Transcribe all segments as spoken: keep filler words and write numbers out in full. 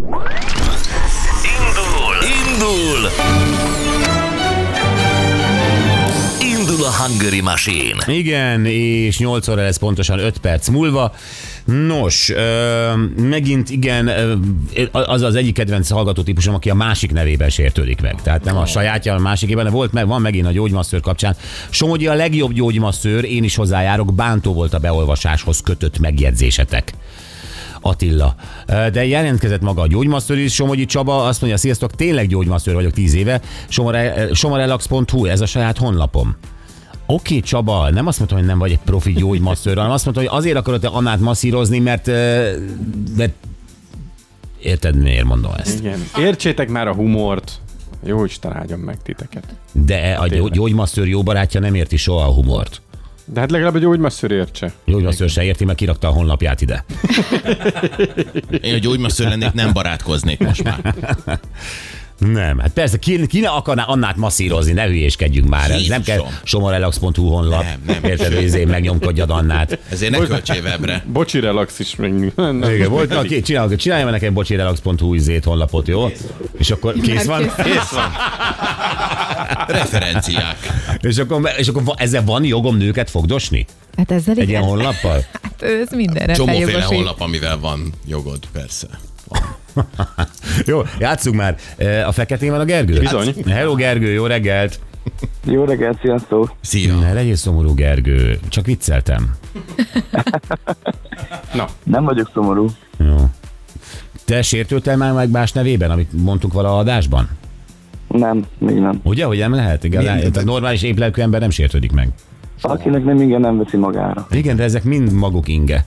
Indul! Indul! Indul a Hungary Machine. Igen, és nyolc óra lesz pontosan öt perc múlva. Nos, ö, megint igen, ö, az az egyik kedvenc hallgató típusom, aki a másik nevében sértődik meg. Tehát nem a sajátja, a másikében, de volt, meg, van megint a gyógymasszőr kapcsán. Somogyi a legjobb gyógymasszőr, én is hozzájárok, bántó volt a beolvasáshoz kötött megjegyzésetek. Attila. De jelentkezett maga a gyógymasszőr is, Somogyi Csaba, azt mondja, sziasztok, tényleg gyógymasszőr vagyok tíz éve, somorelax pont hu, ez a saját honlapom. Oké, okay, Csaba, nem azt mondtam, hogy nem vagy egy profi gyógymasszőr, hanem azt mondtam, hogy azért akarod te Annát masszírozni, mert, mert érted, miért mondom ezt? Igen. Értsétek már a humort. Jó Isten áldjon meg titeket. De a gyó- gyógymasszőr jó barátja nem érti soha a humort. De hát legalább a gyógymasszőr értse. Gyógymasszőr se érti, mert kirakta a honlapját ide. Én a gyógymasszőr lennék, nem barátkoznék most már. Nem, hát persze, ki, ki ne akarná Annát masszírozni, ne hülyéskedjünk már. Ez nem kell somorelax pont hu honlap. Nem, nem. Érted, hogy ezért megnyomkodjad Annát. Ezért ne költsél webre. Bocsi relax is meg. Igen, volt, na, csinálj, csinálj nekem bocsirelax pont hu izét honlapot, jó? És akkor kész van? Kész van. Referenciák. És akkor, és akkor ezzel van jogom nőket fogdosni? Hát ezzel Egy igen. ilyen honlappal? Hát ez mindenre Csomóféle feljogosít. honlap, amivel van jogod, persze. Jó, játsszunk már. A feketén van a Gergő? Bizony. Hello Gergő, jó reggelt! Jó reggelt, sziasztok! Szia. Ne legyél szomorú, Gergő. Csak vicceltem. Na. Nem vagyok szomorú. Jó. Te sértődtél már meg más nevében, amit mondtunk vala adásban? Nem, még nem. Ugye, hogy nem lehet? Igen, a normális éplelkű ember nem sértődik meg. Akinek nem igen, nem veszi magára. Igen, de ezek mind maguk inge.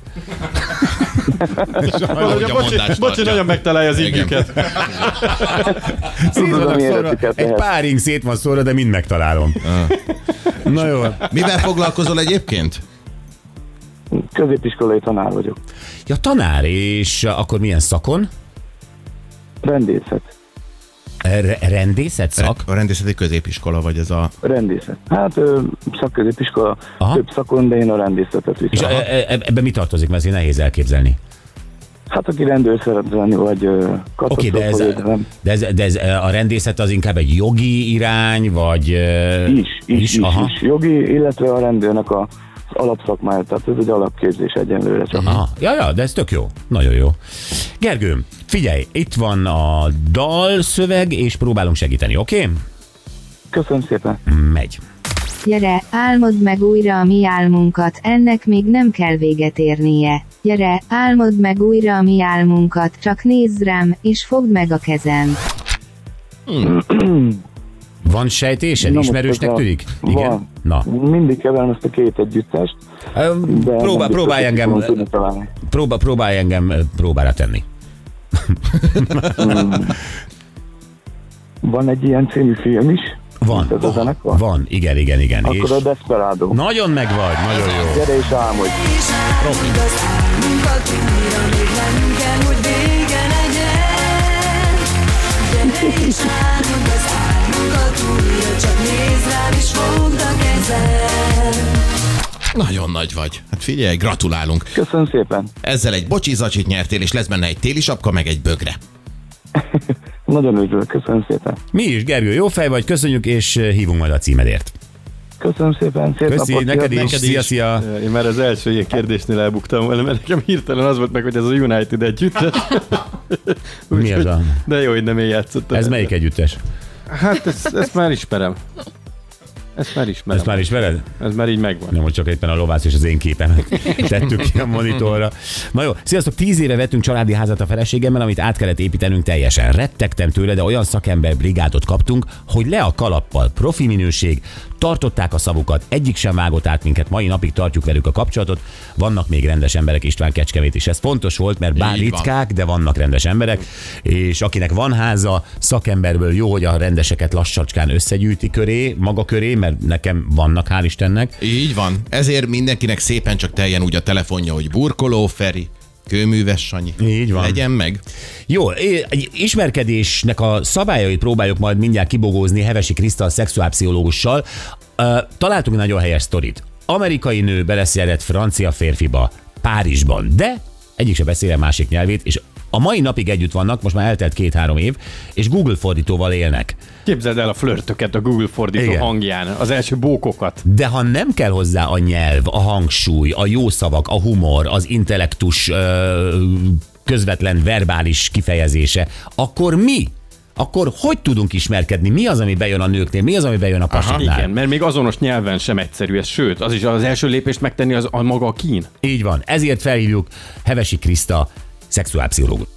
Ahogy a Bocsi, mondás bocsi, tartja. nagyon megtalálja az Igen. ingüket. Szét vannak milyen szórva, ötüket egy lehet. pár ing szét van szórva, de mind megtalálom. Na jó. Mivel foglalkozol egyébként? Középiskolai tanár vagyok. Ja, tanár, és akkor milyen szakon? Rendészet. R- rendészet szak? A rendészeti középiskola vagy ez a... Rendészet. Hát ö, szakközépiskola, Aha. több szakon, de én a rendészetet És viszem. e- e- ebben mi tartozik, mert ez nehéz elképzelni. Hát aki rendőr szeret lenni, vagy ö, Oké, de, ez, katasztrófavédelem. de, ez, de ez a rendészet az inkább egy jogi irány, vagy... ö, Is, is, is, is, aha. is. Jogi, illetve a rendőrnek a, az alapszakmája, tehát ez egy alapképzés egyenlőre csak. Aha. Ja, ja, de ez tök jó. Nagyon jó. Gergő, figyelj, itt van a dalszöveg, és próbálunk segíteni, oké? Okay? Köszönöm szépen. Megy. Gyere, álmod meg újra a mi álmunkat, ennek még nem kell véget érnie. Gyere, álmod meg újra a mi álmunkat, csak nézz rám, és fogd meg a kezem. Van sejtésed? Na, Ismerősnek most ez a- tűnik? Igen? Van. Na. Mindig keverem ezt a két együttest, Ö, de Próbál, nem próbálj biztos, engem, hogy tudni találni. próbál, próbálj engem ö, próbára tenni. Van egy ilyen című film is. Van, mint ez a zenekar? van, igen, igen, igen. Akkor És a Desperado. nagyon megvagy, nagyon jó. Gyere és álmodj. Nagyon nagy vagy. Hát figyelj, gratulálunk. Köszönöm szépen. Ezzel egy bocsizacsit nyertél, és lesz benne egy téli sapka, meg egy bögre. Nagyon örülök. Köszönöm szépen. Mi is, Gergő, jó fej vagy, köszönjük, és hívunk majd a címedért. Köszönöm szépen. Szép Köszi, napot. neked is, Sziasztok. szia, szia. Én már az első ilyen kérdésnél elbuktam volna, mert nekem hirtelen az volt meg, hogy ez a United együttes. Mi az a... De jó, hogy nem én játszottam. Ez melyik együttes? Hát ezt, ezt már ismerem. Ezt már ismerem. Ezt már ismered? Ez már így megvan. Nem, hogy csak éppen a lovász és az én képem tettük ki a monitorra. Na jó, sziasztok, tíz éve vettünk családi házat a feleségemmel, amit át kellett építenünk teljesen. Rettegtem tőle, de olyan szakember brigádot kaptunk, hogy le a kalappal, profi minőség, tartották a szavukat, egyik sem vágott át minket, mai napig tartjuk velük a kapcsolatot. Vannak még rendes emberek, István Kecskemét is. Ez fontos volt, mert bár Így van. ritkák, de vannak rendes emberek, és akinek van háza, szakemberből jó, hogy a rendeseket lassacskán összegyűjti köré, maga köré, mert nekem vannak, hál' Istennek. Így van. Ezért mindenkinek szépen csak teljen úgy a telefonja, hogy burkoló Feri, kőműves Sanyi. Így van. Legyen meg. Jó, egy ismerkedésnek a szabályait próbáljuk majd mindjárt kibogózni Hevesi Krisztal szexuálpszichológussal. Találtunk egy nagyon helyes sztorit. Amerikai nő beleszeret francia férfiba Párizsban, de egyik se beszél a másik nyelvét, és a mai napig együtt vannak, most már eltelt két-három év, és Google fordítóval élnek. Képzeld el a flörtöket a Google fordító Igen. hangján, az első bókokat. De ha nem kell hozzá a nyelv, a hangsúly, a jó szavak, a humor, az intellektus ö, közvetlen verbális kifejezése, akkor mi? Akkor hogy tudunk ismerkedni? Mi az, ami bejön a nőknél? Mi az, ami bejön a pasiknál? Igen, mert még azonos nyelven sem egyszerű ez, sőt, az is az első lépést megtenni az a maga a kín. Így van. Ezért felhívjuk Hevesi Kriszta, szexuálpszichológus.